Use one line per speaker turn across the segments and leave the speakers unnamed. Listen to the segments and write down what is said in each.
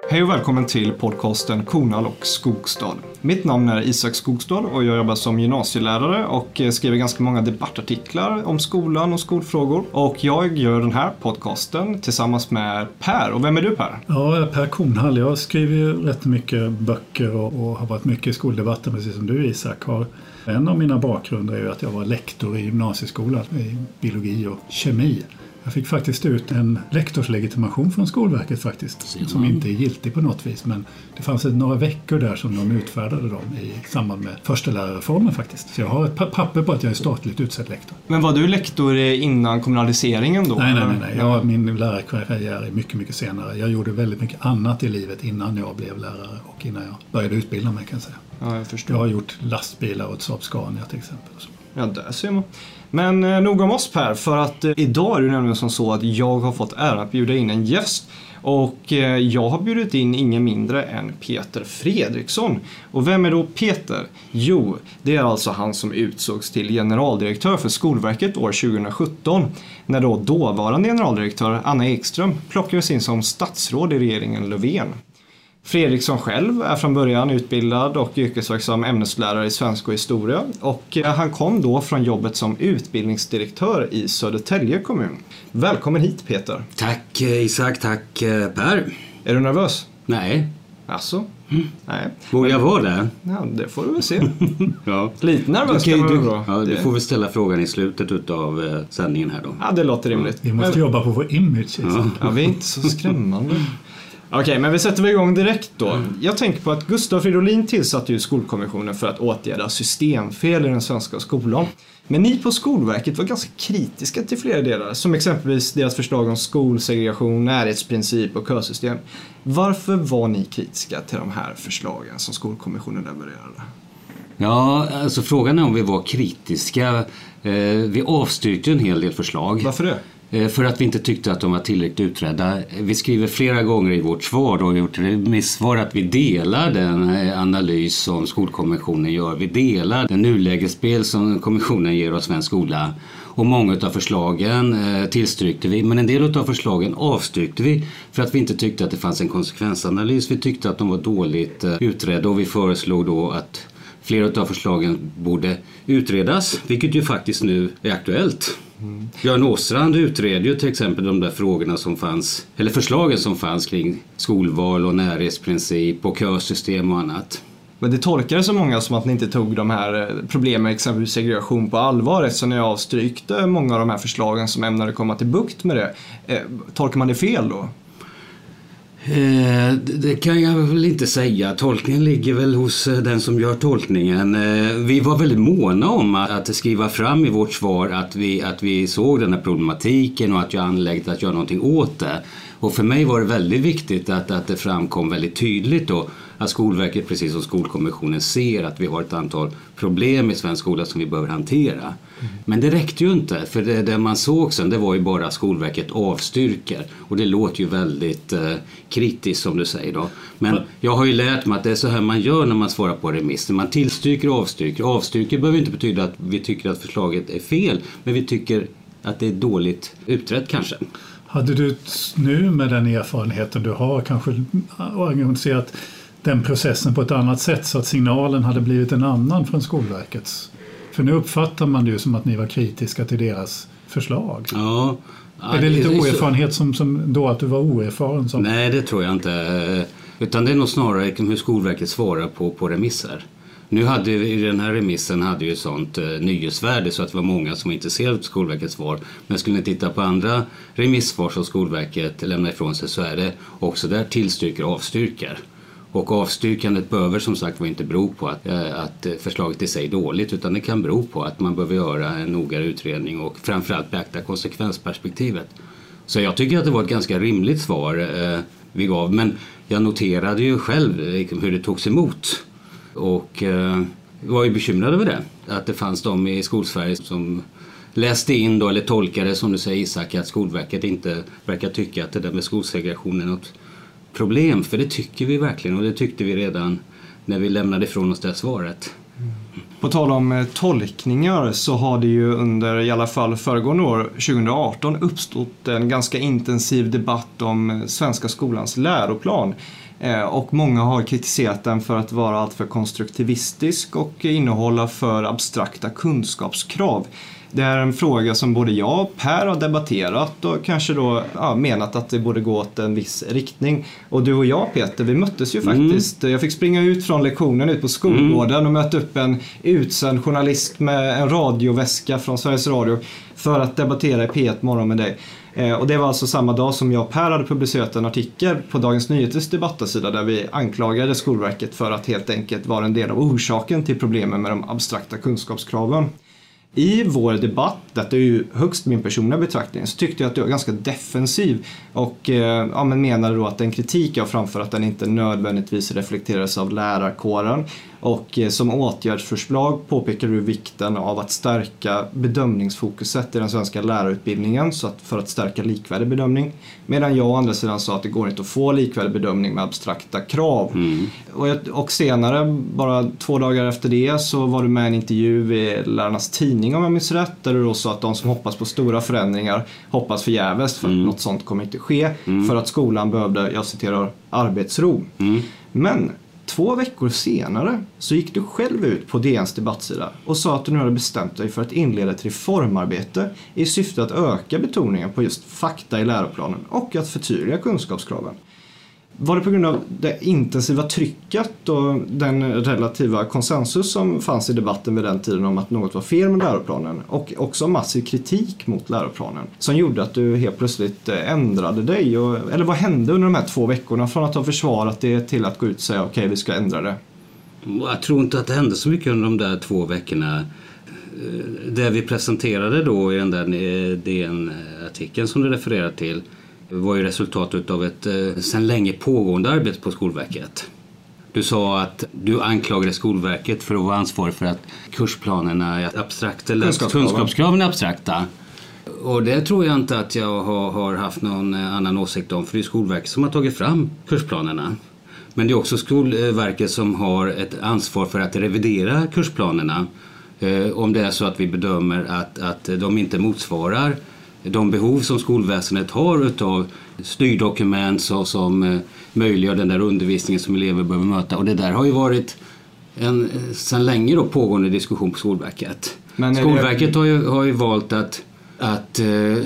Hej och välkommen till podcasten Kornhall och Skogstad. Mitt namn är Isak Skogstad och jag jobbar som gymnasielärare och skriver ganska många debattartiklar om skolan och skolfrågor. Och jag gör den här podcasten tillsammans med Per. Och vem är du, Per?
Ja, Per Kornhall. Jag skriver ju rätt mycket böcker och har varit mycket i skoldebatten, precis som du, Isak. En av mina bakgrunder är ju att jag var lektor i gymnasieskolan i biologi och kemi. Jag fick faktiskt ut en lektorslegitimation från Skolverket faktiskt, som inte är giltig på något vis. Men det fanns några veckor där som de utfärdade dem i samband med första lärarreformen faktiskt. Så jag har ett papper på att jag är statligt utsedd lektor.
Men var du lektor innan kommunaliseringen då?
Nej. Min lärarkarriär är mycket, mycket senare. Jag gjorde väldigt mycket annat i livet innan jag blev lärare och innan jag började utbilda mig, kan jag säga.
Ja, jag förstår.
Jag har gjort lastbilar åt Saab Scania till exempel.
Ja, där ser man. Men nog om oss, Per, för att idag är det nämligen som så att jag har fått äran att bjuda in en gäst. Och jag har bjudit in ingen mindre än Peter Fredriksson. Och vem är då Peter? Jo, det är alltså han som utsågs till generaldirektör för Skolverket år 2017. När då dåvarande generaldirektör Anna Ekström plockades in som statsråd i regeringen Löfven. Fredriksson själv är från början utbildad och yrkesverksam ämneslärare i svenska och historia, och han kom då från jobbet som utbildningsdirektör i Södertälje kommun. Välkommen hit, Peter.
Tack Isak, tack Per.
Är du nervös?
Nej.
Alltså? Nej.
Vågar jag vara det?
Ja, det får du väl se.
Ja.
Lite nervös kan man vara.
Ja, du får väl ställa frågan i slutet av sändningen här då.
Ja, det låter rimligt.
Vi måste jobba på vår image.
Ja, vi är inte så skrämmande. Okej, men vi sätter vi igång direkt då. Jag tänker på att Gustav Fridolin tillsatte ju skolkommissionen för att åtgärda systemfel i den svenska skolan. Men ni på Skolverket var ganska kritiska till flera delar, som exempelvis deras förslag om skolsegregation, närhetsprincip och kösystem. Varför var ni kritiska till de här förslagen som skolkommissionen levererade?
Ja, alltså frågan är om vi var kritiska. Vi avstyrkte en hel del förslag.
Varför det?
För att vi inte tyckte att de var tillräckligt utredda. Vi skriver flera gånger i vårt svar och gjort remissvar att vi delar den analys som skolkommissionen gör. Vi delar den nulägesbild som kommissionen ger oss svensk skola. Och många av förslagen tillstyrkte vi, men en del av förslagen avstyrkte vi för att vi inte tyckte att det fanns en konsekvensanalys. Vi tyckte att de var dåligt utredda och vi föreslog då att flera av förslagen borde utredas, vilket ju faktiskt nu är aktuellt. Björn Åstrand utreder ju till exempel de där frågorna som fanns, eller förslagen som fanns kring skolval och närhetsprincip och kösystem och annat.
Men det tolkade så många som att ni inte tog de här problemen, exempelvis segregation, på allvar, eftersom ni avstyrkte många av de här förslagen som ämnade komma till bukt med det. Tolkar man det fel då?
Det kan jag väl inte säga. Tolkningen ligger väl hos den som gör tolkningen. Vi var väldigt måna om att skriva fram i vårt svar att vi såg den här problematiken och att jag anläggde att göra någonting åt det. Och för mig var det väldigt viktigt att det framkom väldigt tydligt då att Skolverket, precis som Skolkommissionen, ser att vi har ett antal problem i svensk skola som vi behöver hantera. Men det räckte ju inte, för det man såg sen, det var ju bara att Skolverket avstyrker. Och det låter ju väldigt kritiskt som du säger då. Men jag har ju lärt mig att det är så här man gör när man svarar på remiss. När man tillstyrker och avstyrker. Avstyrker behöver inte betyda att vi tycker att förslaget är fel, men vi tycker att det är dåligt utrett kanske.
Hade du nu med den erfarenheten du har kanske organiserat den processen på ett annat sätt så att signalen hade blivit en annan från Skolverkets? För nu uppfattar man det ju som att ni var kritiska till deras förslag.
Ja.
Är det lite oerfarenhet som då att du var oerfaren? Som...
Nej, det tror jag inte. Utan det är nog snarare hur Skolverket svarar på remisser. Nu hade i den här remissen hade ju sånt nyhetsvärde så att det var många som var intresserade av Skolverkets svar. Men skulle ni titta på andra remissvar som Skolverket lämnar ifrån sig så är det också där tillstyrker och avstyrker. Och avstyrkandet behöver som sagt inte bero på att förslaget i sig är dåligt, utan det kan bero på att man behöver göra en noggrannare utredning och framförallt beakta konsekvensperspektivet. Så jag tycker att det var ett ganska rimligt svar vi gav, men jag noterade ju själv hur det togs emot. Och var ju bekymrad över det. Att det fanns de i Skolsverige som läste in då, eller tolkade som du säger Isak, att Skolverket inte verkar tycka att det där med skolsegregation är något problem. För det tycker vi verkligen, och det tyckte vi redan när vi lämnade ifrån oss det svaret.
På tal om tolkningar så har det ju under i alla fall föregående år, 2018, uppstått en ganska intensiv debatt om svenska skolans läroplan. Och många har kritiserat den för att vara alltför konstruktivistisk och innehålla för abstrakta kunskapskrav. Det är en fråga som både jag och Per har debatterat och kanske då menat att det borde gå åt en viss riktning. Och du och jag, Peter, vi möttes ju faktiskt. Jag fick springa ut från lektionen ut på skolgården och möta upp en utsänd journalist med en radioväska från Sveriges Radio för att debattera i P1 morgon med dig. Och det var alltså samma dag som jag och Per hade publicerat en artikel på Dagens Nyheters debattsida där vi anklagade Skolverket för att helt enkelt vara en del av orsaken till problemen med de abstrakta kunskapskraven. I vår debatt, detta är ju högst min personliga betraktning, så tyckte jag att du var ganska defensiv och men menade då att den kritik jag framför att den inte nödvändigtvis reflekteras av lärarkåren. Och som åtgärdsförslag påpekar du vikten av att stärka bedömningsfokuset i den svenska lärarutbildningen för att stärka likvärdig bedömning. Medan jag å andra sidan sa att det går inte att få likvärdig bedömning med abstrakta krav. Och senare, bara 2 dagar efter det, så var du med i en intervju i Lärarnas Tidning om jag minns rätt. Där du då sa att de som hoppas på stora förändringar hoppas förgäves för att något sånt kommer inte ske. För att skolan behövde, jag citerar, arbetsro. Men 2 veckor senare så gick du själv ut på DNs debattsida och sa att du nu hade bestämt dig för att inleda ett reformarbete i syfte att öka betoningen på just fakta i läroplanen och att förtydliga kunskapskraven. Var det på grund av det intensiva trycket och den relativa konsensus som fanns i debatten vid den tiden om att något var fel med läroplanen och också massiv kritik mot läroplanen som gjorde att du helt plötsligt ändrade dig? Eller vad hände under de här 2 veckorna från att ha försvarat det till att gå ut och säga okej, vi ska ändra det?
Jag tror inte att det hände så mycket under de där 2 veckorna. Det vi presenterade då i den där DN-artikeln som du refererar till var ju resultatet av ett sedan länge pågående arbete på Skolverket. Du sa att du anklagade Skolverket för att vara ansvarig för att kursplanerna är abstrakta eller kunskapskraven är abstrakta. Och det tror jag inte att jag har haft någon annan åsikt om, för det är Skolverket som har tagit fram kursplanerna. Men det är också Skolverket som har ett ansvar för att revidera kursplanerna om det är så att vi bedömer att de inte motsvarar de behov som skolväsendet har utav styrdokument som möjliggör den där undervisningen som elever behöver möta. Och det där har ju varit en sedan länge då pågående diskussion på Skolverket. Men Skolverket har ju valt att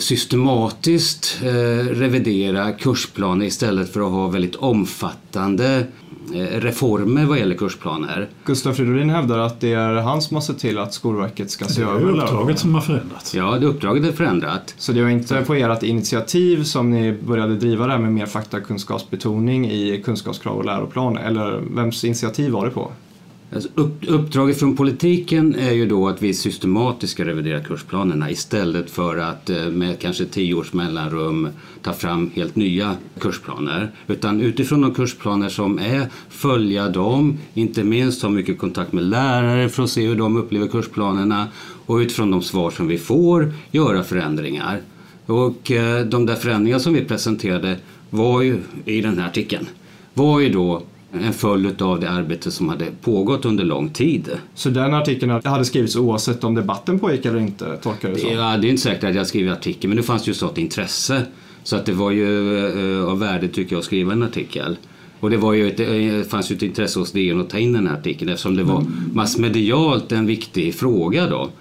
systematiskt revidera kursplaner istället för att ha väldigt omfattande reformer vad gäller kursplaner.
Gustaf Fridolin hävdar att det är han som har sett till att Skolverket ska se över
det är uppdraget som har förändrats.
Ja, det uppdraget är förändrat.
Så det var inte på ert initiativ som ni började driva det här med mer faktakunskapsbetoning i kunskapskrav och läroplan, eller vems initiativ var det på?
Alltså, uppdraget från politiken är ju då att vi systematiskt ska revidera kursplanerna istället för att med kanske 10 års mellanrum ta fram helt nya kursplaner. Utan utifrån de kursplaner som är, följa dem, inte minst ha mycket kontakt med lärare för att se hur de upplever kursplanerna och utifrån de svar som vi får göra förändringar. Och de där förändringar som vi presenterade var ju i den här artikeln var ju då en följd av det arbete som hade pågått under lång tid. Så den artikeln hade skrivits oavsett om debatten pågick eller inte, tolkar det så? Ja, det är inte säkert att jag skrivit artikeln, men det fanns ju så ett intresse. Så att det var ju av värde tycker jag att skriva en artikel. Och det fanns ju ett intresse hos DN att ta in den här artikeln eftersom det var massmedialt en viktig fråga då.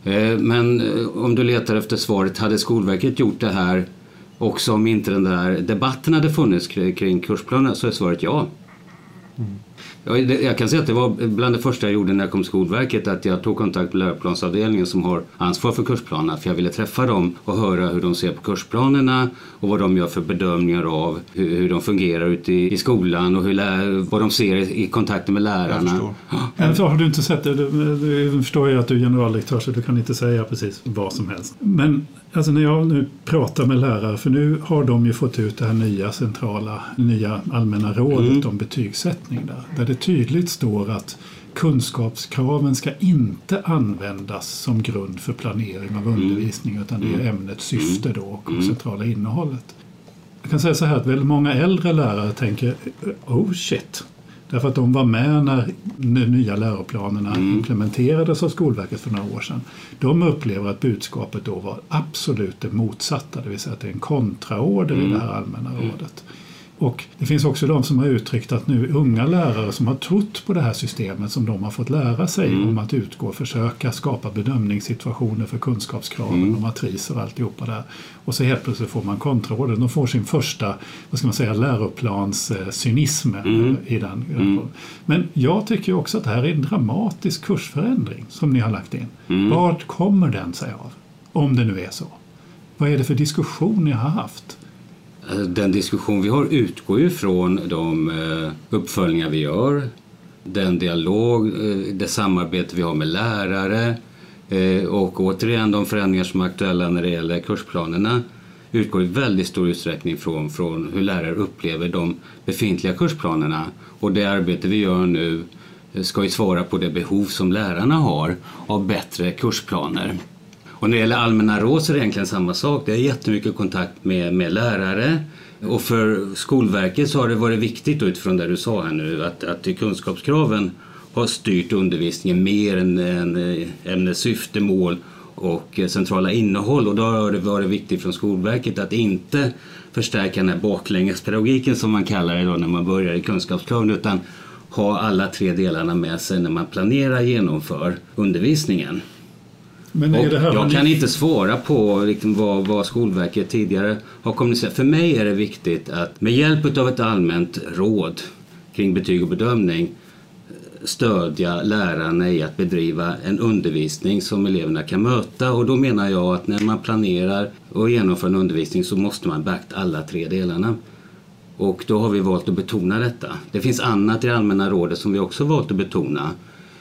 Men om du letar efter svaret, hade Skolverket gjort det här också om inte den där debatten hade funnits kring kursplanen, så är svaret ja. Jag kan säga att det var bland det första jag gjorde när jag kom till Skolverket, att jag tog kontakt med läroplansavdelningen som har ansvar för kursplanerna, för jag ville träffa dem och höra hur de ser på kursplanerna och vad de gör för bedömningar av hur de fungerar ute i skolan och vad de ser i kontakten med lärarna.
Så har du inte sett det? Du förstår ju att du är generaldirektör så du kan inte säga precis vad som helst. Men alltså när jag nu pratar med lärare, för nu har de ju fått ut det här nya allmänna rådet om betygssättning där det tydligt står att kunskapskraven ska inte användas som grund för planering av undervisning utan det är ämnets syfte då och centrala innehållet. Jag kan säga så här att väldigt många äldre lärare tänker oh shit, Därför att de var med när de nya läroplanerna implementerades av Skolverket för några år sedan. De upplever att budskapet då var absolut det motsatta, det vill säga att det är en kontraorder i det här allmänna rådet. Och det finns också de som har uttryckt att nu unga lärare som har trott på det här systemet som de har fått lära sig om att utgå och försöka skapa bedömningssituationer för kunskapskraven och matriser och alltihopa där. Och så helt plötsligt får man kontraorder. De får sin första, vad ska man säga, läroplanscynism i den. Men jag tycker också att det här är en dramatisk kursförändring som ni har lagt in. Vad kommer den sig av? Om det nu är så. Vad är det för diskussion ni har haft?
Den diskussion vi har utgår ju från de uppföljningar vi gör, den dialog, det samarbete vi har med lärare och återigen de förändringar som är aktuella när det gäller kursplanerna utgår i väldigt stor utsträckning från hur lärare upplever de befintliga kursplanerna. Och det arbete vi gör nu ska ju svara på det behov som lärarna har av bättre kursplaner. Och när det gäller allmänna råd så är det egentligen samma sak. Det är jättemycket kontakt med lärare. Och för Skolverket så har det varit viktigt utifrån det du sa här nu att kunskapskraven har styrt undervisningen mer än ämnessyfte, mål och centrala innehåll. Och då har det varit viktigt från Skolverket att inte förstärka den här baklängespedagogiken som man kallar det då när man börjar i kunskapskraven, utan ha alla 3 delarna med sig när man planerar och genomför undervisningen.
Men är det här
jag kan inte svara på liksom vad Skolverket tidigare har kommunicerat. För mig är det viktigt att med hjälp av ett allmänt råd kring betyg och bedömning stödja lärarna i att bedriva en undervisning som eleverna kan möta. Och då menar jag att när man planerar och genomför en undervisning så måste man beakta alla 3 delarna. Och då har vi valt att betona detta. Det finns annat i allmänna rådet som vi också valt att betona.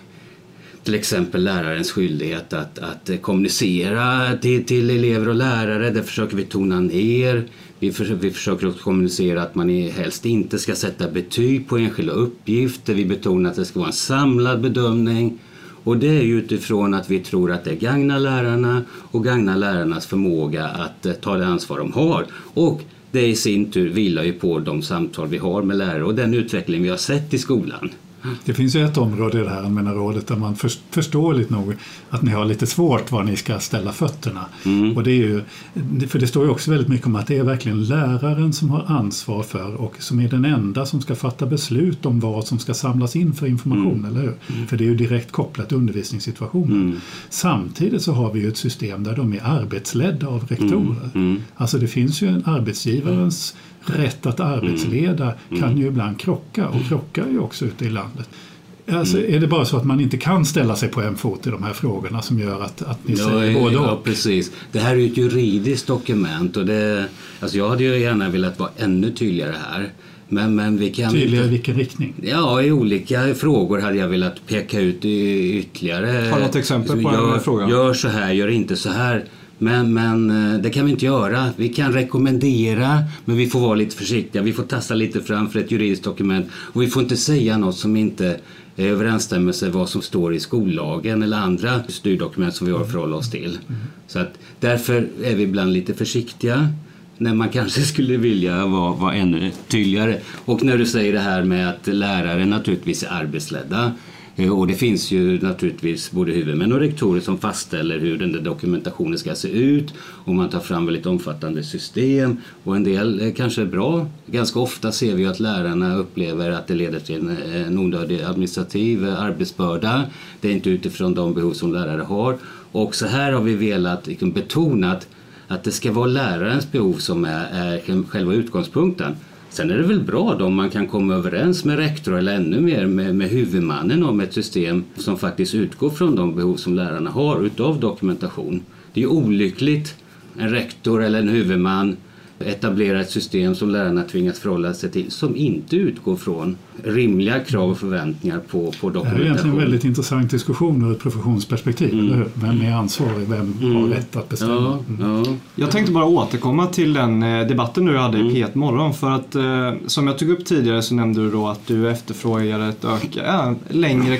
Till exempel lärarens skyldighet att kommunicera till elever och lärare. Det försöker vi tona ner. Vi försöker också kommunicera att man helst inte ska sätta betyg på enskilda uppgifter. Vi betonar att det ska vara en samlad bedömning. Och det är ju utifrån att vi tror att det gagnar lärarna och gagnar lärarnas förmåga att ta det ansvar de har. Och det i sin tur vilar ju på de samtal vi har med lärare och den utveckling vi har sett i skolan.
Det finns ju ett område i det här allmänna rådet där man förståeligt nog att ni har lite svårt var ni ska ställa fötterna. Och det är ju, för det står ju också väldigt mycket om att det är verkligen läraren som har ansvar för och som är den enda som ska fatta beslut om vad som ska samlas in för information, eller hur? För det är ju direkt kopplat till undervisningssituationen. Samtidigt så har vi ju ett system där de är arbetsledda av rektorer. Alltså det finns ju en arbetsgivarens rätt att arbetsleda kan ju ibland krocka och krockar ju också ute i landet. Alltså, är det bara så att man inte kan ställa sig på en fot i de här frågorna som gör att ni säger både och?
Ja, precis. Det här är ju ett juridiskt dokument och alltså jag hade ju gärna velat vara ännu tydligare här. Men vi kan
tydligare i vilken riktning?
Ja, i olika frågor hade jag velat peka ut ytterligare.
Har du något exempel på den här frågan?
Gör så här, gör inte så här. Men det kan vi inte göra. Vi kan rekommendera, men vi får vara lite försiktiga. Vi får tassa lite framför ett juridiskt dokument. Och vi får inte säga något som inte är överensstämmelse med vad som står i skollagen eller andra styrdokument som vi har att förhålla oss till. Så att därför är vi ibland lite försiktiga när man kanske skulle vilja vara ännu tydligare. Och när du säger det här med att lärare naturligtvis är arbetsledda. Och det finns ju naturligtvis både huvudmän och rektorer som fastställer hur den där dokumentationen ska se ut. Och man tar fram väldigt omfattande system. Och en del kanske är bra. Ganska ofta ser vi att lärarna upplever att det leder till en onödig administrativ arbetsbörda. Det är inte utifrån de behov som lärare har. Och så här har vi velat betona att det ska vara lärarens behov som är själva utgångspunkten. Sen är det väl bra då om man kan komma överens med rektor eller ännu mer med huvudmannen om ett system som faktiskt utgår från de behov som lärarna har utav dokumentation. Det är ju olyckligt en rektor eller en huvudman etablerar ett system som lärarna tvingas förhålla sig till som inte utgår från rimliga krav och förväntningar på dokumentation.
Det är egentligen en väldigt intressant diskussion ur ett professionsperspektiv, eller hur? Vem är ansvarig? Vem har rätt att bestämma?
Ja.
Jag tänkte bara återkomma till den debatten du hade i P1 Morgon, för att som jag tog upp tidigare så nämnde du då att du efterfrågar ett längre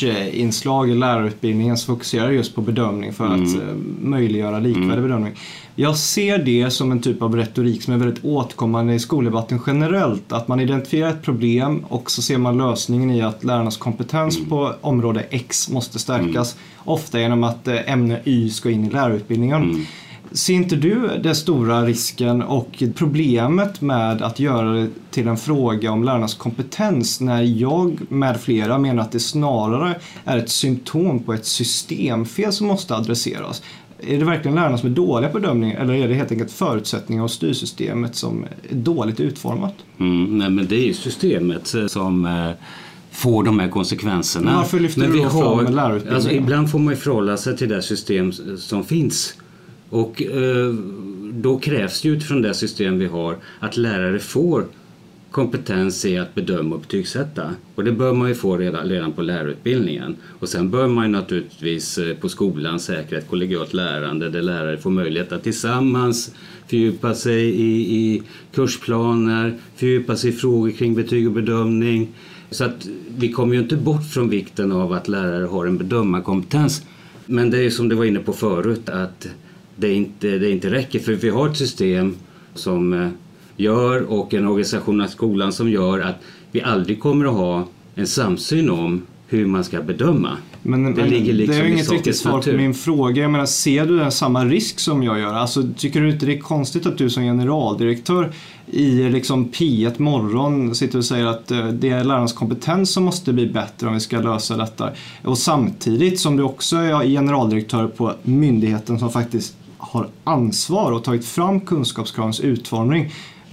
kursinslag i lärarutbildningen som fokuserar just på bedömning för att möjliggöra likvärdig bedömning. Jag ser det som en typ av retorik som är väldigt återkommande i skoldebatten generellt. Att man identifierar ett problem och så ser man lösningen i att lärarnas kompetens på område X måste stärkas. Ofta genom att ämne Y ska in i lärarutbildningen. Ser inte du den stora risken och problemet med att göra det till en fråga om lärarnas kompetens när jag med flera menar att det snarare är ett symptom på ett systemfel som måste adresseras? Är det verkligen lärarna som är dåliga på bedömning eller är det helt enkelt förutsättningar och styrsystemet som är dåligt utformat?
Nej, men det är ju systemet som får de här konsekvenserna.
Men varför lyfter du då fram med lärarutbildningen?
Alltså, ibland får man ju förhålla sig till det system som finns. Och då krävs det utifrån det system vi har att lärare får kompetens i att bedöma och betygsätta. Och det bör man ju få redan på lärarutbildningen. Och sen bör man ju naturligtvis på skolan säkra ett kollegialt lärande där lärare får möjlighet att tillsammans fördjupa sig i kursplaner, fördjupa sig i frågor kring betyg och bedömning. Så att vi kommer ju inte bort från vikten av att lärare har en bedömarkompetens. Men det är ju som du var inne på förut att det inte räcker, för vi har ett system som gör och en organisation av skolan som gör att vi aldrig kommer att ha en samsyn om hur man ska bedöma.
Men det ligger liksom det är ju inget riktigt svar på min fråga. Jag menar, ser du den samma risk som jag gör? Alltså, tycker du inte det är konstigt att du som generaldirektör i liksom P1 morgon sitter och säger att det är lärarnas kompetens som måste bli bättre om vi ska lösa detta? Och samtidigt som du också är generaldirektör på myndigheten som faktiskt har ansvar och tagit fram kunskapskravens utformning.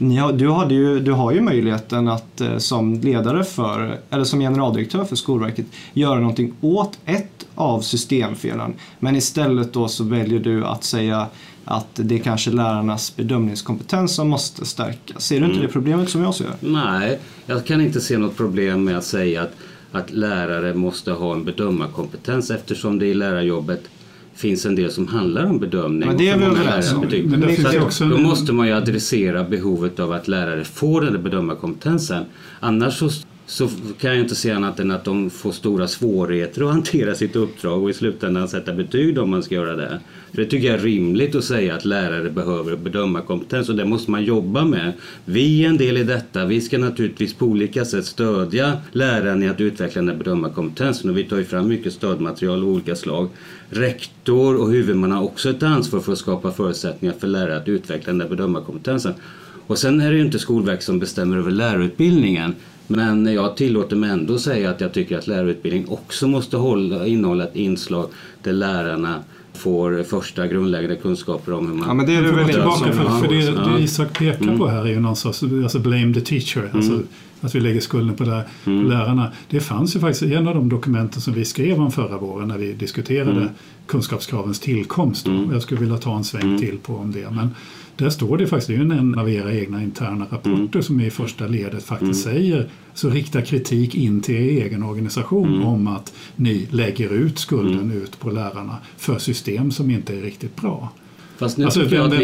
Du har ju möjligheten att som ledare eller som generaldirektör för Skolverket göra någonting åt ett av systemfelen. Men istället då så väljer du att säga att det är kanske lärarnas bedömningskompetens som måste stärkas. Ser du inte det problemet som jag ser?
Nej, jag kan inte se något problem med att säga att lärare måste ha en bedömarkompetens eftersom det i lärarjobbet finns en del som handlar om bedömning.
Men det är väl överens om.
Då måste man ju adressera behovet av att lärare får den bedömarkompetensen. Annars så kan jag inte se annat än att de får stora svårigheter att hantera sitt uppdrag och i slutändan sätta betyg om man ska göra det. För det tycker jag är rimligt att säga att lärare behöver bedömarkompetens och det måste man jobba med. Vi är en del i detta. Vi ska naturligtvis på olika sätt stödja läraren i att utveckla den bedömarkompetensen och vi tar ju fram mycket stödmaterial av olika slag. Rektor och huvudman har också ett ansvar för att skapa förutsättningar för lärare att utveckla den bedömarkompetensen. Och sen är det ju inte Skolverket som bestämmer över lärarutbildningen. Men jag tillåter mig ändå säga att jag tycker att lärarutbildning också måste innehålla ett inslag där lärarna får första grundläggande kunskaper om hur man...
Ja, men det är väl
tillbaka för det Isak pekar på här är ju någon sorts alltså blame the teacher, alltså att vi lägger skulden på lärarna. Det fanns ju faktiskt en av de dokumenten som vi skrev om förra våren när vi diskuterade kunskapskravens tillkomst. Jag skulle vilja ta en sväng till på om det, men där står det faktiskt, det är ju en av era egna interna rapporter som i första ledet faktiskt säger, så rikta kritik in till er egen organisation om att ni lägger ut skulden ut på lärarna för system som inte är riktigt bra.
Fast nu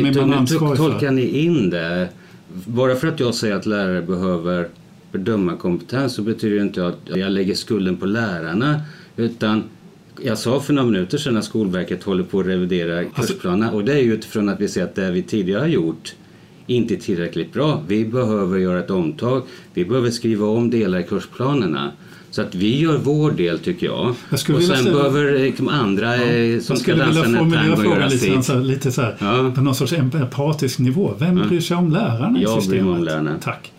tolkar ni in det. Bara för att jag säger att lärare behöver bedöma kompetens så betyder det inte att jag lägger skulden på lärarna, utan jag sa för några minuter sedan att Skolverket håller på att revidera kursplanerna och det är ju utifrån att vi ser att det vi tidigare har gjort inte är tillräckligt bra. Vi behöver göra ett omtag, vi behöver skriva om delar i kursplanerna. Så att vi gör vår del tycker jag. Och sen behöver andra som ska dansa den här tango göra sitt.
Lite så här, på någon sorts empatisk nivå. Vem bryr sig om lärarna i systemet?
Jag bryr mig om lärarna.
Tack.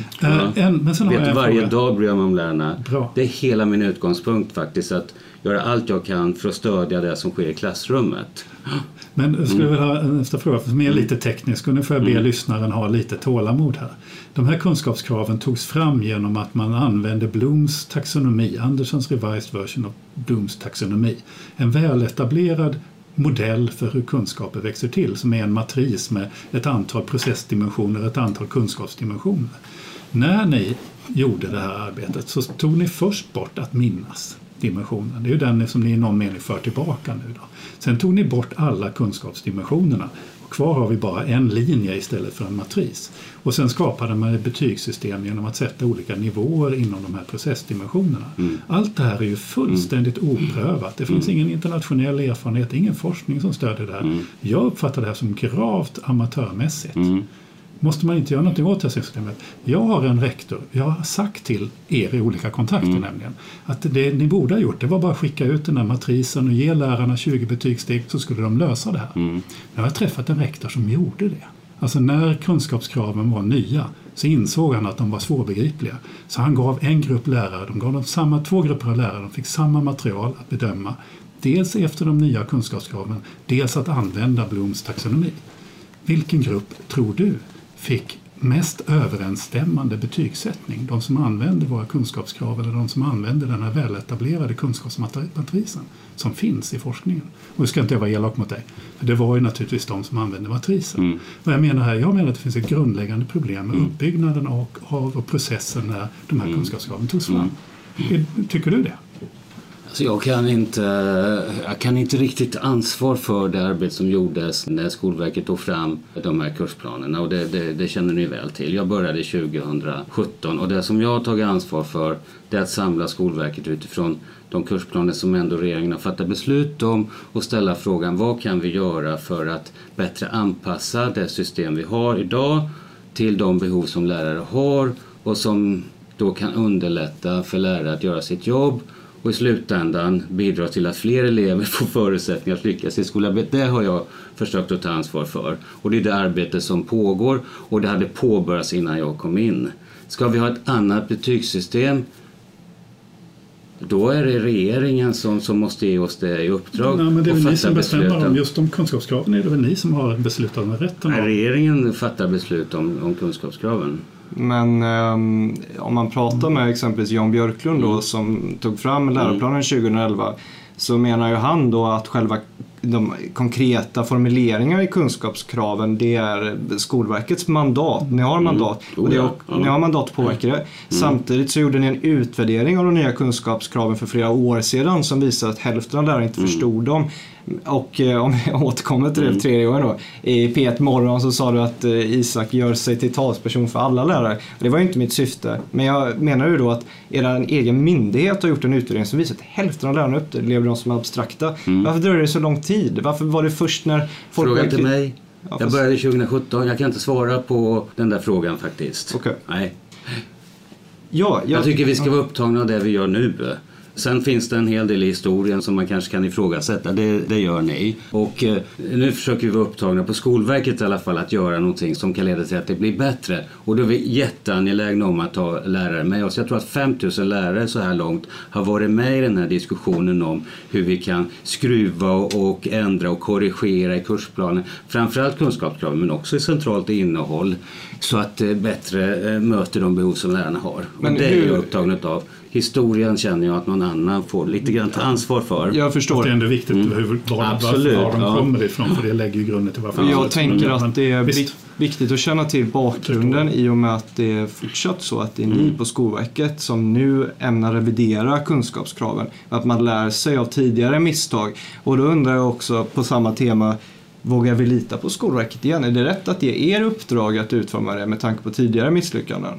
Men sen varje dag bryr jag mig om lärarna. Bra. Det är hela min utgångspunkt faktiskt, att göra allt jag kan för att stödja det som sker i klassrummet.
Men jag skulle vilja ha nästa fråga som är lite teknisk och nu får jag be lyssnaren ha lite tålamod här. De här kunskapskraven togs fram genom att man använde Blooms taxonomi, Andersons revised version av Blooms taxonomi. En väletablerad modell för hur kunskaper växer till som är en matris med ett antal processdimensioner, ett antal kunskapsdimensioner. När ni gjorde det här arbetet så tog ni först bort att minnas. dimensionen. Det är ju den som ni i någon mening för tillbaka nu då. Sen tog ni bort alla kunskapsdimensionerna. Och kvar har vi bara en linje istället för en matris. Och sen skapade man ett betygssystem genom att sätta olika nivåer inom de här processdimensionerna. Allt det här är ju fullständigt oprövat. Det finns ingen internationell erfarenhet, ingen forskning som stöder det här. Jag uppfattar det här som gravt amatörmässigt. Måste man inte göra något åt det systemet? Jag har en rektor, jag har sagt till er i olika kontakter nämligen, att det ni borde ha gjort, det var bara att skicka ut den här matrisen och ge lärarna 20 betygssteg så skulle de lösa det här. Nu har jag träffat en rektor som gjorde det. Alltså när kunskapskraven var nya så insåg han att de var svårbegripliga. Så han gav en grupp lärare, de gav dem två grupper av lärare, de fick samma material att bedöma. Dels efter de nya kunskapskraven, dels att använda Blooms taxonomi. Vilken grupp tror du fick mest överensstämmande betygssättning? De som använder våra kunskapskrav eller de som använder den här väletablerade kunskapsmatrisen som finns i forskningen. Och det ska inte jag vara elak mot dig. För det var ju naturligtvis de som använde matrisen. Vad jag menar här, jag menar att det finns ett grundläggande problem med uppbyggnaden av processen när de här kunskapskraven togs fram. Tycker du det?
Alltså jag kan inte riktigt ansvar för det arbete som gjordes när Skolverket tog fram de här kursplanerna, och det känner ni väl till. Jag började 2017 och det som jag har tagit ansvar för det är att samla Skolverket utifrån de kursplaner som ändå regeringen har fattat beslut om och ställa frågan: vad kan vi göra för att bättre anpassa det system vi har idag till de behov som lärare har och som då kan underlätta för lärare att göra sitt jobb och i slutändan bidra till att fler elever får förutsättningar att lyckas i skolarbetet. Det har jag försökt att ta ansvar för. Och det är det arbete som pågår och det hade påbörjats innan jag kom in. Ska vi ha ett annat betygssystem, då är det regeringen som måste ge oss det i uppdrag.
Nej, men det är väl ni som bestämmer
besluten.
om just de kunskapskraven. Är det väl ni som har beslutat med rätten?
Nej, regeringen fattar beslut om kunskapskraven.
Men om man pratar med exempelvis Jan Björklund då, som tog fram läroplanen 2011, så menar ju han då att själva de konkreta formuleringar i kunskapskraven, det är Skolverkets mandat. Ni har mandat och ni har mandat att påverka det. Samtidigt så gjorde ni en utvärdering av de nya kunskapskraven för flera år sedan som visar att hälften av lärare inte förstod dem. Och om jag återkommer till det för tredje gången då, i P1 morgon så sa du att Isak gör sig till talsperson för alla lärare. Det var ju inte mitt syfte, men jag menar ju då att er egen myndighet har gjort en utvärdering som visar att hälften av lärarna upplever de som abstrakta. Varför dröjer det så lång tid? Varför var det först när folk...
Fråga till mig. Jag började 2017. Jag kan inte svara på den där frågan faktiskt.
Okay.
Nej.
Ja,
jag tycker vi ska vara upptagna av det vi gör nu. Sen finns det en hel del i historien som man kanske kan ifrågasätta. Det gör ni. Och nu försöker vi vara upptagna på Skolverket i alla fall att göra någonting som kan leda till att det blir bättre. Och då är vi jätteangelägna om att ta lärare med oss. Jag tror att 5000 lärare så här långt har varit med i den här diskussionen om hur vi kan skruva och ändra och korrigera i kursplanen. Framförallt kunskapskraven men också i centralt innehåll så att det bättre möter de behov som lärarna har. Men och det är jag upptagen av. Historien känner jag att någon annan får lite grann ta ansvar för.
Jag förstår.
Det är ändå viktigt var de kommer ifrån, för det lägger ju grunden till varför.
Jag tänker att det är viktigt att känna till bakgrunden i och med att det är fortsatt så att det är ni på Skolverket som nu ämnar revidera kunskapskraven. Att man lär sig av tidigare misstag. Och då undrar jag också på samma tema, vågar vi lita på Skolverket igen? Är det rätt att det är er uppdrag att utforma det med tanke på tidigare misslyckanden?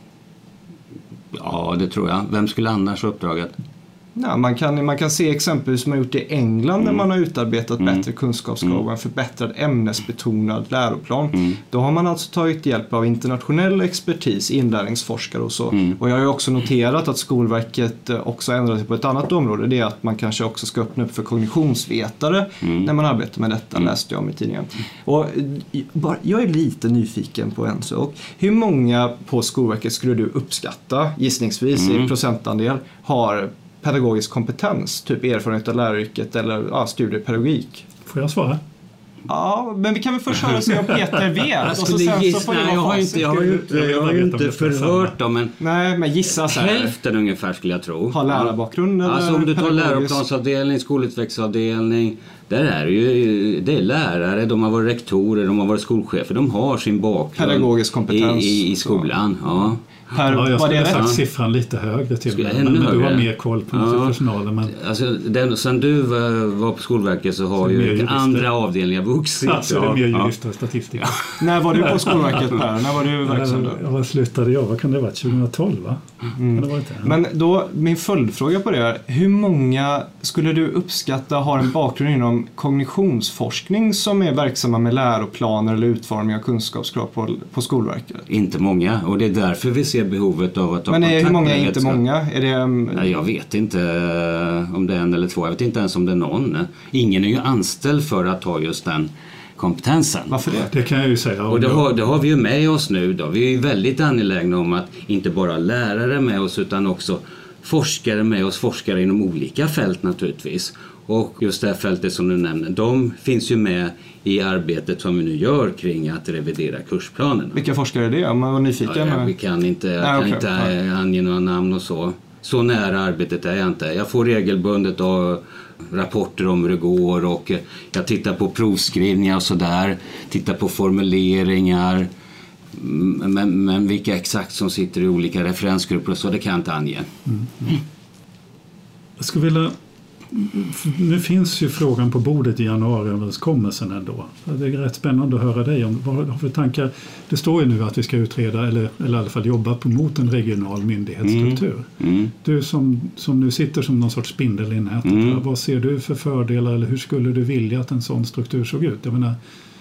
Ja, det tror jag. Vem skulle annars ha uppdraget?
Ja, man kan se exempel som man gjort i England när man har utarbetat bättre kunskapskrav och en förbättrad ämnesbetonad läroplan. Då har man alltså tagit hjälp av internationell expertis, inlärningsforskare och så. Och jag har ju också noterat att Skolverket också ändrat sig på ett annat område. Det är att man kanske också ska öppna upp för kognitionsvetare när man arbetar med detta, läste jag om i tidningen. Och jag är lite nyfiken på en sak. Hur många på Skolverket skulle du uppskatta, gissningsvis i procentandel, har pedagogisk kompetens, typ erfarenhet av läraryrket eller studiepedagogik?
Får jag svara?
Ja, men vi kan väl först höra sig om Peter V.
Jag har ju inte förhört dem, men
nej, men gissa så här.
Hälften ungefär skulle jag tro.
Har lärarbakgrund eller
alltså om du tar läroplansavdelning, skolutvecklingsavdelning, Där är det är lärare, de har varit rektorer, de har varit skolchefer, de har sin bakgrund
pedagogisk kompetens
i skolan. Ja.
Jag skulle sagt siffran lite högre till men du har mer koll på personalen. Men...
Alltså, sen du var på Skolverket så har ju andra avdelningar vuxit.
Alltså det är mer jurister och statistiker.
När var du på Skolverket, Per? När var du verksam då?
Vad slutade jag? Vad kan det vara? 2012 va?
Men då, min följdfråga på det är, hur många skulle du uppskatta har en bakgrund inom kognitionsforskning som är verksamma med läroplaner eller utformning av kunskapskrav på Skolverket?
Inte många, och det är därför vi ser behovet av att ta kontakt.
Men hur många är inte många? Är det...
Nej, jag vet inte om det är en eller två. Jag vet inte ens om det är någon. Ingen är ju anställd för att ha just den kompetensen.
Varför det? Det kan jag ju säga.
Och det har vi ju med oss nu då. Vi är ju väldigt angelägna om att inte bara lärare med oss utan också forskare med oss. Forskare inom olika fält naturligtvis. Och just det här fältet som du nämner, de finns ju med i arbetet som vi nu gör kring att revidera kursplanerna.
Vilka forskare är det? Om man var nyfiken.
Vi kan inte ange några namn och så. Så nära arbetet är jag inte. Jag får regelbundet rapporter om hur det går och jag tittar på provskrivningar och sådär. Tittar på formuleringar. Men vilka exakt som sitter i olika referensgrupper och så, det kan jag inte ange.
Jag skulle vilja... Nu finns ju frågan på bordet i januariöverenskommelsen ändå. Det är rätt spännande att höra dig om vad har för tankar. Det står ju nu att vi ska utreda eller i alla fall jobba mot en regional myndighetsstruktur. Du som nu sitter som någon sorts spindel i nätet. Vad ser du för fördelar eller hur skulle du vilja att en sån struktur såg ut? Jag menar,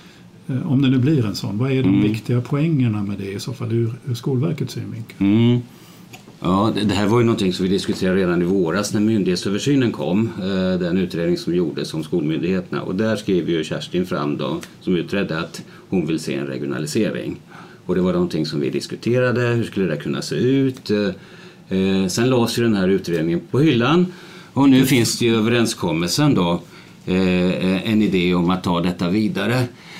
om det nu blir en sån, vad är de viktiga poängerna med det i så fall ur Skolverkets synvinkel?
Ja, det här var ju någonting som vi diskuterade redan i våras när myndighetsöversynen kom, den utredning som gjordes om skolmyndigheterna. Och där skrev ju Kerstin fram då, som utredde att hon vill se en regionalisering. Och det var någonting som vi diskuterade, hur skulle det kunna se ut? Sen lades ju den här utredningen på hyllan och nu finns det ju överenskommelsen då, en idé om att ta detta vidare.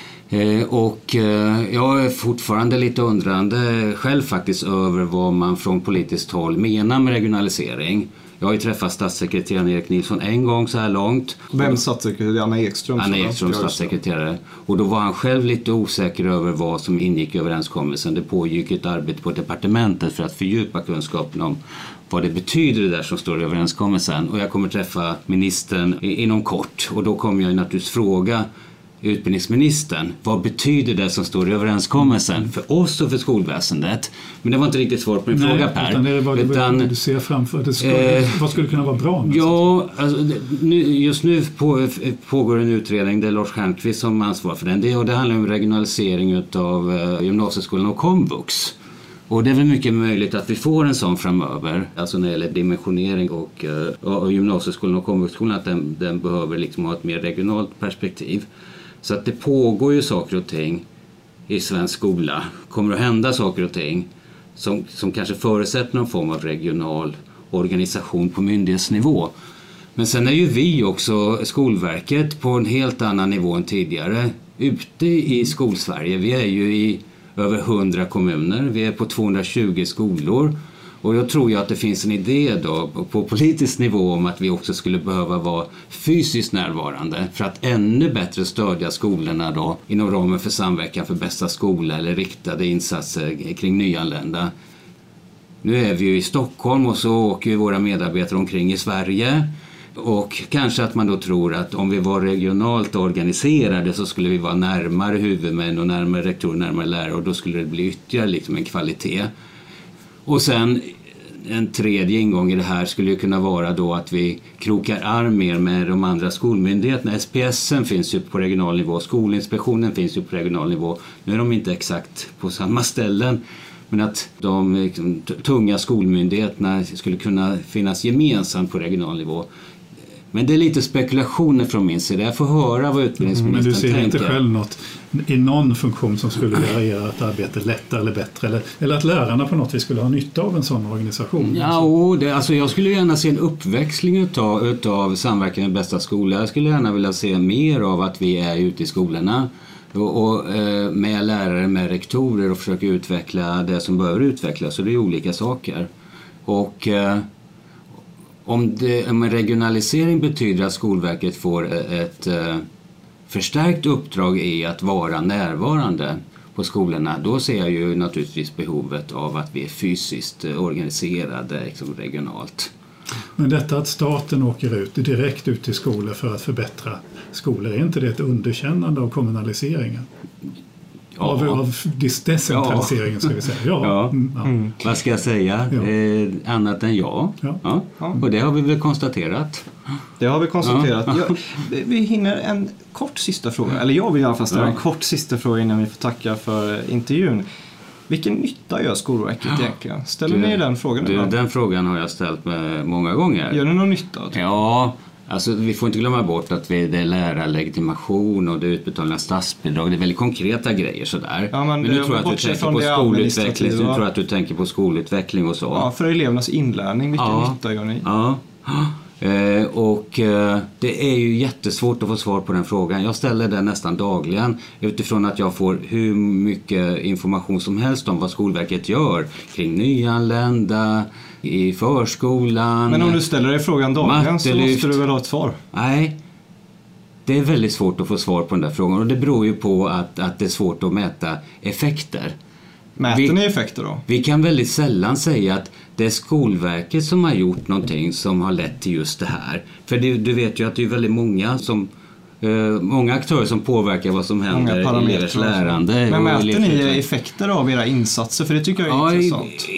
Och jag är fortfarande lite undrande själv faktiskt över vad man från politiskt håll menar med regionalisering. Jag har ju träffat statssekreteraren Erik Nilsson en gång så här långt.
Vem statssekreterare? Anna Ekström?
Anna Ekström, statssekreterare. Och då var han själv lite osäker över vad som ingick i överenskommelsen. Det pågick ett arbete på departementet för att fördjupa kunskapen om vad det betyder det där som står i överenskommelsen. Och jag kommer träffa ministern inom kort och då kommer jag naturligtvis fråga utbildningsministern, vad betyder det som står i överenskommelsen för oss och för skolväsendet? Men det var inte riktigt svar på min fråga, Per.
Utan det är vad du ser framför. Vad skulle kunna vara bra?
Ja, alltså, just nu pågår en utredning där Lars Stjernkvist som ansvar för den. Det handlar om regionalisering av gymnasieskolan och komvux. Och det är väl mycket möjligt att vi får en sån framöver. Alltså när det gäller dimensionering och gymnasieskolan och komvuxskolan, att den behöver liksom ha ett mer regionalt perspektiv. Så att det pågår ju saker och ting i svensk skola. Kommer att hända saker och ting som kanske förutsätter någon form av regional organisation på myndighetsnivå. Men sen är ju vi också, Skolverket, på en helt annan nivå än tidigare. Ute i Skolsverige, vi är ju i över 100 kommuner, vi är på 220 skolor. Och jag tror ju att det finns en idé då på politisk nivå om att vi också skulle behöva vara fysiskt närvarande för att ännu bättre stödja skolorna då inom ramen för samverkan för bästa skola eller riktade insatser kring nyanlända. Nu är vi ju i Stockholm och så åker ju våra medarbetare omkring i Sverige. Och kanske att man då tror att om vi var regionalt organiserade så skulle vi vara närmare huvudmän och närmare rektorer, närmare lärare och då skulle det bli ytterligare liksom en kvalitet. Och sen en tredje ingång i det här skulle ju kunna vara då att vi krokar arm mer med de andra skolmyndigheterna. SPS:en finns ju på regional nivå, Skolinspektionen finns ju på regional nivå. Nu är de inte exakt på samma ställen. Men att de liksom, tunga skolmyndigheterna skulle kunna finnas gemensamt på regional nivå. Men det är lite spekulationer från min sida. Jag får höra vad utbildningsministern tänker.
Men du ser inte själv något i någon funktion som skulle göra ett arbete lättare eller bättre? Eller att lärarna på något vis skulle ha nytta av en sån organisation?
Ja, jag skulle gärna se en uppväxling utav samverkan med bästa skola. Jag skulle gärna vilja se mer av att vi är ute i skolorna. Och med lärare, med rektorer och försöka utveckla det som behöver utvecklas. Så det är olika saker. Om en regionalisering betyder att Skolverket får ett förstärkt uppdrag i att vara närvarande på skolorna, då ser jag ju naturligtvis behovet av att vi är fysiskt organiserade liksom regionalt.
Men detta att staten åker direkt ut till skolor för att förbättra skolor, är inte det ett underkännande av kommunaliseringen?
Ja.
Av decentraliseringen ska vi säga. Ja.
Vad ska jag säga?
Ja.
Annat än ja. Och det har vi väl konstaterat.
Det har vi konstaterat. Vi hinner en kort sista fråga. Eller jag vill i alla fall ställa en kort sista fråga innan vi får tacka för intervjun. Vilken nytta gör Skolverket egentligen? Ställer ni den frågan?
Den frågan har jag ställt med många gånger.
Gör ni någon nytta?
Ja, alltså vi får inte glömma bort att det är lärarlegitimation och det är utbetalning av statsbidrag. Det är väldigt konkreta grejer sådär. Ja, men nu tror jag att du tänker på skolutveckling. Nu tror jag att du tänker på skolutveckling och så.
Ja, för elevernas inlärning. Vilken nytta gör ni?
Ja. Och det är ju jättesvårt att få svar på den frågan. Jag ställer den nästan dagligen utifrån att jag får hur mycket information som helst om vad Skolverket gör kring nyanlända, i förskolan.
Men om du ställer dig frågan dagligen så måste du väl ha ett svar?
Nej, det är väldigt svårt att få svar på den där frågan och det beror ju på att det är svårt att mäta effekter.
Mäter ni effekter då?
Vi kan väldigt sällan säga att det är Skolverket som har gjort någonting som har lett till just det här. För du vet ju att det är väldigt många aktörer som påverkar vad som händer i elevers lärande.
Men mäter ni effekter av era insatser? För det tycker jag är intressant.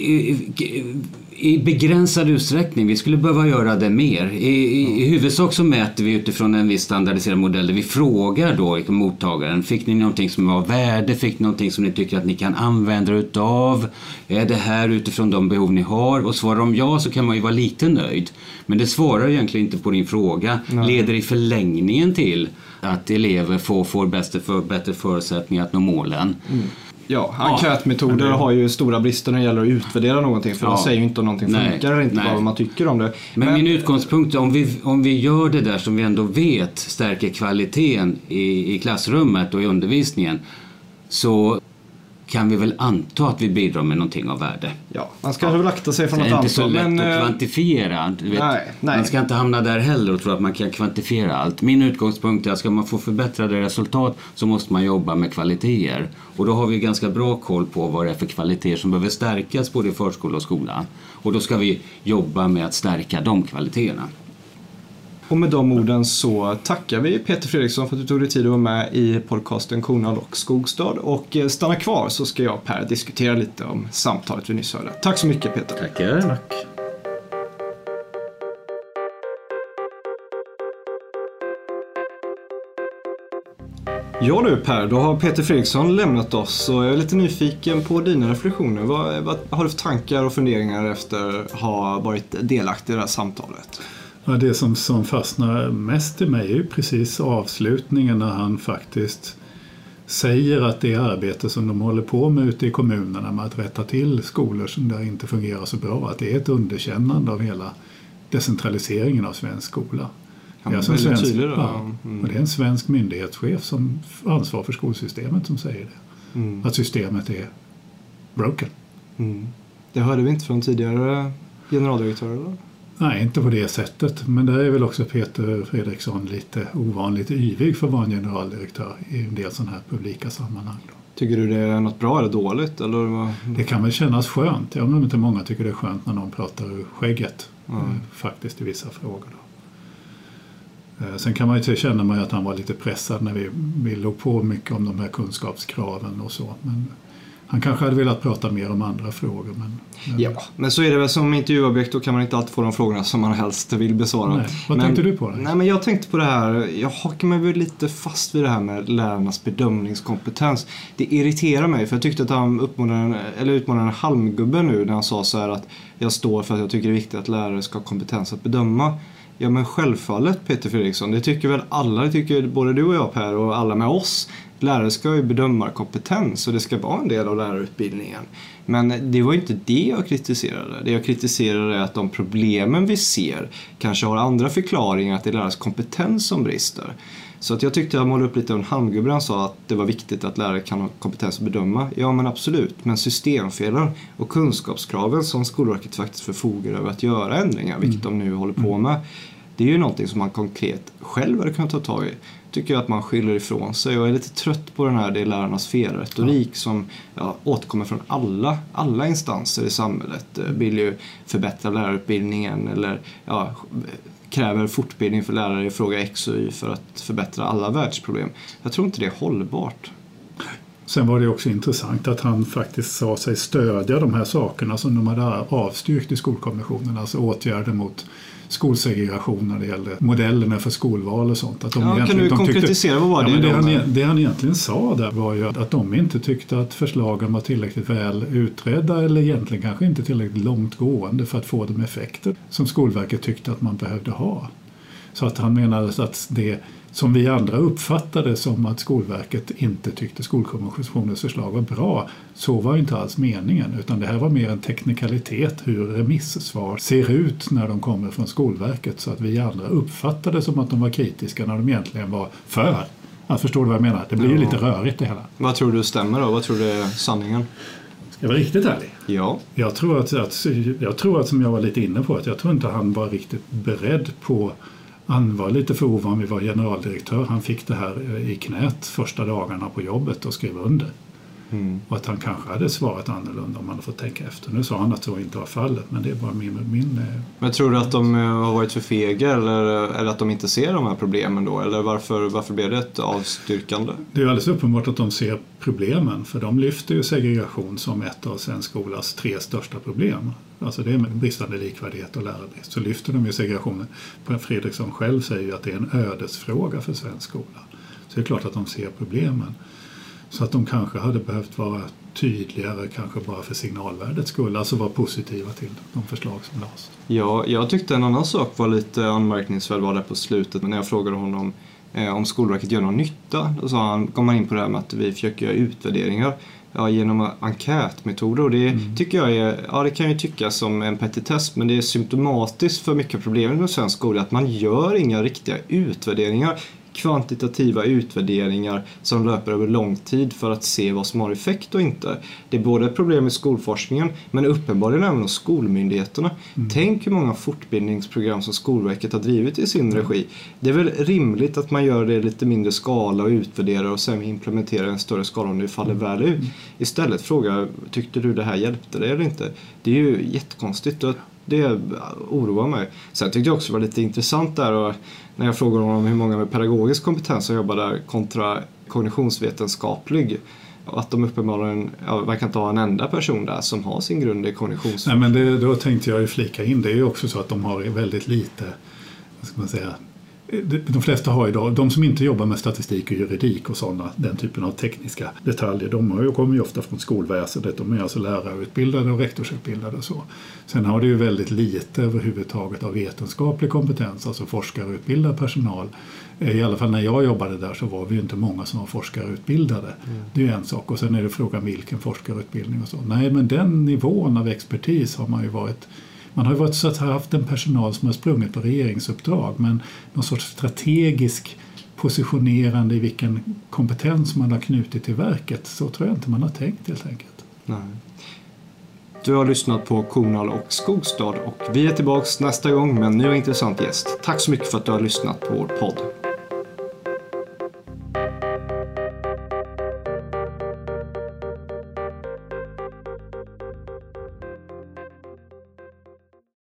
I begränsad utsträckning. Vi skulle behöva göra det mer. I huvudsak så mäter vi utifrån en viss standardiserad modell där vi frågar då mottagaren. Fick ni någonting som var värde? Fick ni någonting som ni tycker att ni kan använda utav? Är det här utifrån de behov ni har? Och svarar de ja så kan man ju vara lite nöjd. Men det svarar egentligen inte på din fråga. Nej. Leder i förlängningen till att elever får bättre förutsättningar att nå målen.
Ja, enkätmetoder har ju stora brister när det gäller att utvärdera någonting. För de säger ju inte om någonting funkar eller inte bara vad man tycker om det.
Men min utgångspunkt, om vi gör det där som vi ändå vet stärker kvaliteten i klassrummet och i undervisningen, så kan vi väl anta att vi bidrar med någonting av värde.
Ja, man ska väl akta sig från något annat.
Det är inte så lätt att kvantifiera. Nej. Man ska inte hamna där heller och tro att man kan kvantifiera allt. Min utgångspunkt är att ska man få förbättrade resultat så måste man jobba med kvaliteter. Och då har vi ganska bra koll på vad det är för kvaliteter som behöver stärkas både i förskola och skola. Och då ska vi jobba med att stärka de kvaliteterna.
Och med de orden så tackar vi Peter Fredriksson för att du tog dig tid att vara med i podcasten Kornhall och Skogstad. Och stanna kvar så ska jag och Per diskutera lite om samtalet vi nyss hörde. Tack så mycket Peter.
Tackar.
Tack.
Ja du Per, då har Peter Fredriksson lämnat oss och jag är lite nyfiken på dina reflektioner. Vad har du för tankar och funderingar efter att ha varit delaktig i det här samtalet?
Ja, det som fastnar mest i mig är ju precis avslutningen när han faktiskt säger att det arbete som de håller på med ute i kommunerna med att rätta till skolor som där inte fungerar så bra, att det är ett underkännande av hela decentraliseringen av svensk skola.
Ja, det är svensk, tydligt,
och det är en svensk myndighetschef som ansvar för skolsystemet som säger det. Att systemet är broken.
Det hörde vi inte från tidigare generaldirektörer.
Nej, inte på det sättet. Men där är väl också Peter Fredriksson lite ovanligt yvig för att vara en generaldirektör i en del sådana här publika sammanhang. Då.
Tycker du det är något bra eller dåligt? Eller?
Det kan väl kännas skönt. Jag undrar inte många tycker det är skönt när någon pratar ur skägget. Faktiskt i vissa frågor. Då. Sen kan man ju känna att han var lite pressad när vi låg på mycket om de här kunskapskraven och så. Men han kanske hade velat prata mer om andra frågor.
Men så är det väl som intervjuobjekt, då kan man inte alltid få de frågorna som man helst vill besvara.
Nej. Vad tänkte du på?
Nej, men jag tänkte på det här, jag hakar mig väl lite fast vid det här med lärarnas bedömningskompetens. Det irriterar mig för jag tyckte att han utmanade en halmgubbe nu när han sa så här att jag står för att jag tycker det är viktigt att lärare ska ha kompetens att bedöma. Ja, men självfallet Peter Fredriksson, det tycker väl alla, det tycker både du och jag Per och alla med oss. Lärare ska ju bedöma kompetens och det ska vara en del av lärarutbildningen. Men det var inte det jag kritiserade. Det jag kritiserade är att de problemen vi ser kanske har andra förklaringar, att det är lärares kompetens som brister. Så att jag tyckte jag målade upp lite av en handgubbe. Han sa att det var viktigt att lärare kan ha kompetens att bedöma. Ja, men absolut. Men systemfelen och kunskapskraven som Skolverket faktiskt förfogar över att göra ändringar, vilket de nu håller på med, det är ju någonting som man konkret själv hade kunnat ta tag i. Tycker jag att man skyller ifrån sig. Jag är lite trött på den här det är lärarnas fel-retorik som återkommer från alla instanser i samhället. Vill ju förbättra lärarutbildningen eller kräver fortbildning för lärare i fråga X och Y för att förbättra alla världsproblem. Jag tror inte det är hållbart.
Sen var det också intressant att han faktiskt sa sig stödja de här sakerna som de hade avstyrkt i skolkommissionen, alltså åtgärder mot skolsegregation när det gäller modellerna för skolval och sånt. Att
kan du konkretisera vad var det?
Det han egentligen sa där var ju att de inte tyckte att förslagen var tillräckligt väl utredda eller egentligen kanske inte tillräckligt långtgående för att få de effekter som Skolverket tyckte att man behövde ha. Så att han menade att det som vi andra uppfattade som att Skolverket inte tyckte skolkommissionens förslag var bra, så var inte alls meningen, utan det här var mer en teknikalitet hur remissvar ser ut när de kommer från Skolverket, så att vi andra uppfattade som att de var kritiska när de egentligen var för. Jag förstår du vad jag menar? Det blir ju lite rörigt det hela.
Vad tror du stämmer då? Vad tror du är sanningen?
Ska jag vara riktigt ärlig?
Ja.
Jag tror att som jag var lite inne på, att jag tror inte han var riktigt beredd på. Han var lite för ovan, vi var generaldirektör. Han fick det här i knät första dagarna på jobbet och skrev under. Och att han kanske hade svarat annorlunda om man hade fått tänka efter. Nu sa han att så inte var fallet, men det är bara min...
Men tror du att de har varit för fega eller att de inte ser de här problemen då? Eller varför blev det ett avstyrkande?
Det är alldeles uppenbart att de ser problemen, för de lyfter ju segregation som ett av svensk skolas 3 största problem. Alltså det är med bristande likvärdighet och lärarbrist. Så lyfter de ju segregationen. Fredriksson själv säger ju att det är en ödesfråga för svensk skola. Så det är klart att de ser problemen. Så att de kanske hade behövt vara tydligare, kanske bara för signalvärdets skull. Alltså vara positiva till de förslag som lades.
Ja, jag tyckte en annan sak var lite anmärkningsvärd var det på slutet. Men när jag frågade honom om Skolverket gör någon nytta, då kom man in på det här med att vi försöker göra utvärderingar genom enkätmetoder. Och det tycker jag det kan ju tyckas som en petitess, men det är symptomatiskt för mycket problem med svensk skola att man gör inga riktiga utvärderingar. Kvantitativa utvärderingar som löper över lång tid för att se vad som har effekt och inte. Det är både ett problem i skolforskningen men uppenbarligen även hos skolmyndigheterna. Tänk hur många fortbildningsprogram som Skolverket har drivit i sin regi. Det är väl rimligt att man gör det i lite mindre skala och utvärderar och sen implementerar en större skala om det faller väl ut. Istället fråga, tyckte du det här hjälpte dig eller inte? Det är ju jättekonstigt och det oroar mig. Sen tyckte jag också var lite intressant där och när jag frågade honom hur många med pedagogisk kompetens som jobbar där kontra kognitionsvetenskaplig. Att de uppenbarligen verkar inte ha en enda person där som har sin grund i kognitionsvetenskap.
Nej, men då tänkte jag ju flika in. Det är ju också så att de har väldigt lite, vad ska man säga, de flesta har idag, de som inte jobbar med statistik och juridik och sådana, den typen av tekniska detaljer, de kommer ju ofta från skolväsendet. De är alltså lärarutbildade och rektorsutbildade och så. Sen har det ju väldigt lite överhuvudtaget av vetenskaplig kompetens, alltså forskarutbildad personal. I alla fall när jag jobbade där så var vi ju inte många som var forskarutbildade. Det är ju en sak. Och sen är det frågan vilken forskarutbildning och så. Nej, men den nivån av expertis har man ju varit. Man har ju varit så att ha haft en personal som har sprungit på regeringsuppdrag, men någon sorts strategisk positionerande i vilken kompetens man har knutit till verket, så tror jag inte man har tänkt helt enkelt.
Nej. Du har lyssnat på Kornhall och Skogstad och vi är tillbaka nästa gång med en ny och intressant gäst. Tack så mycket för att du har lyssnat på vår podd.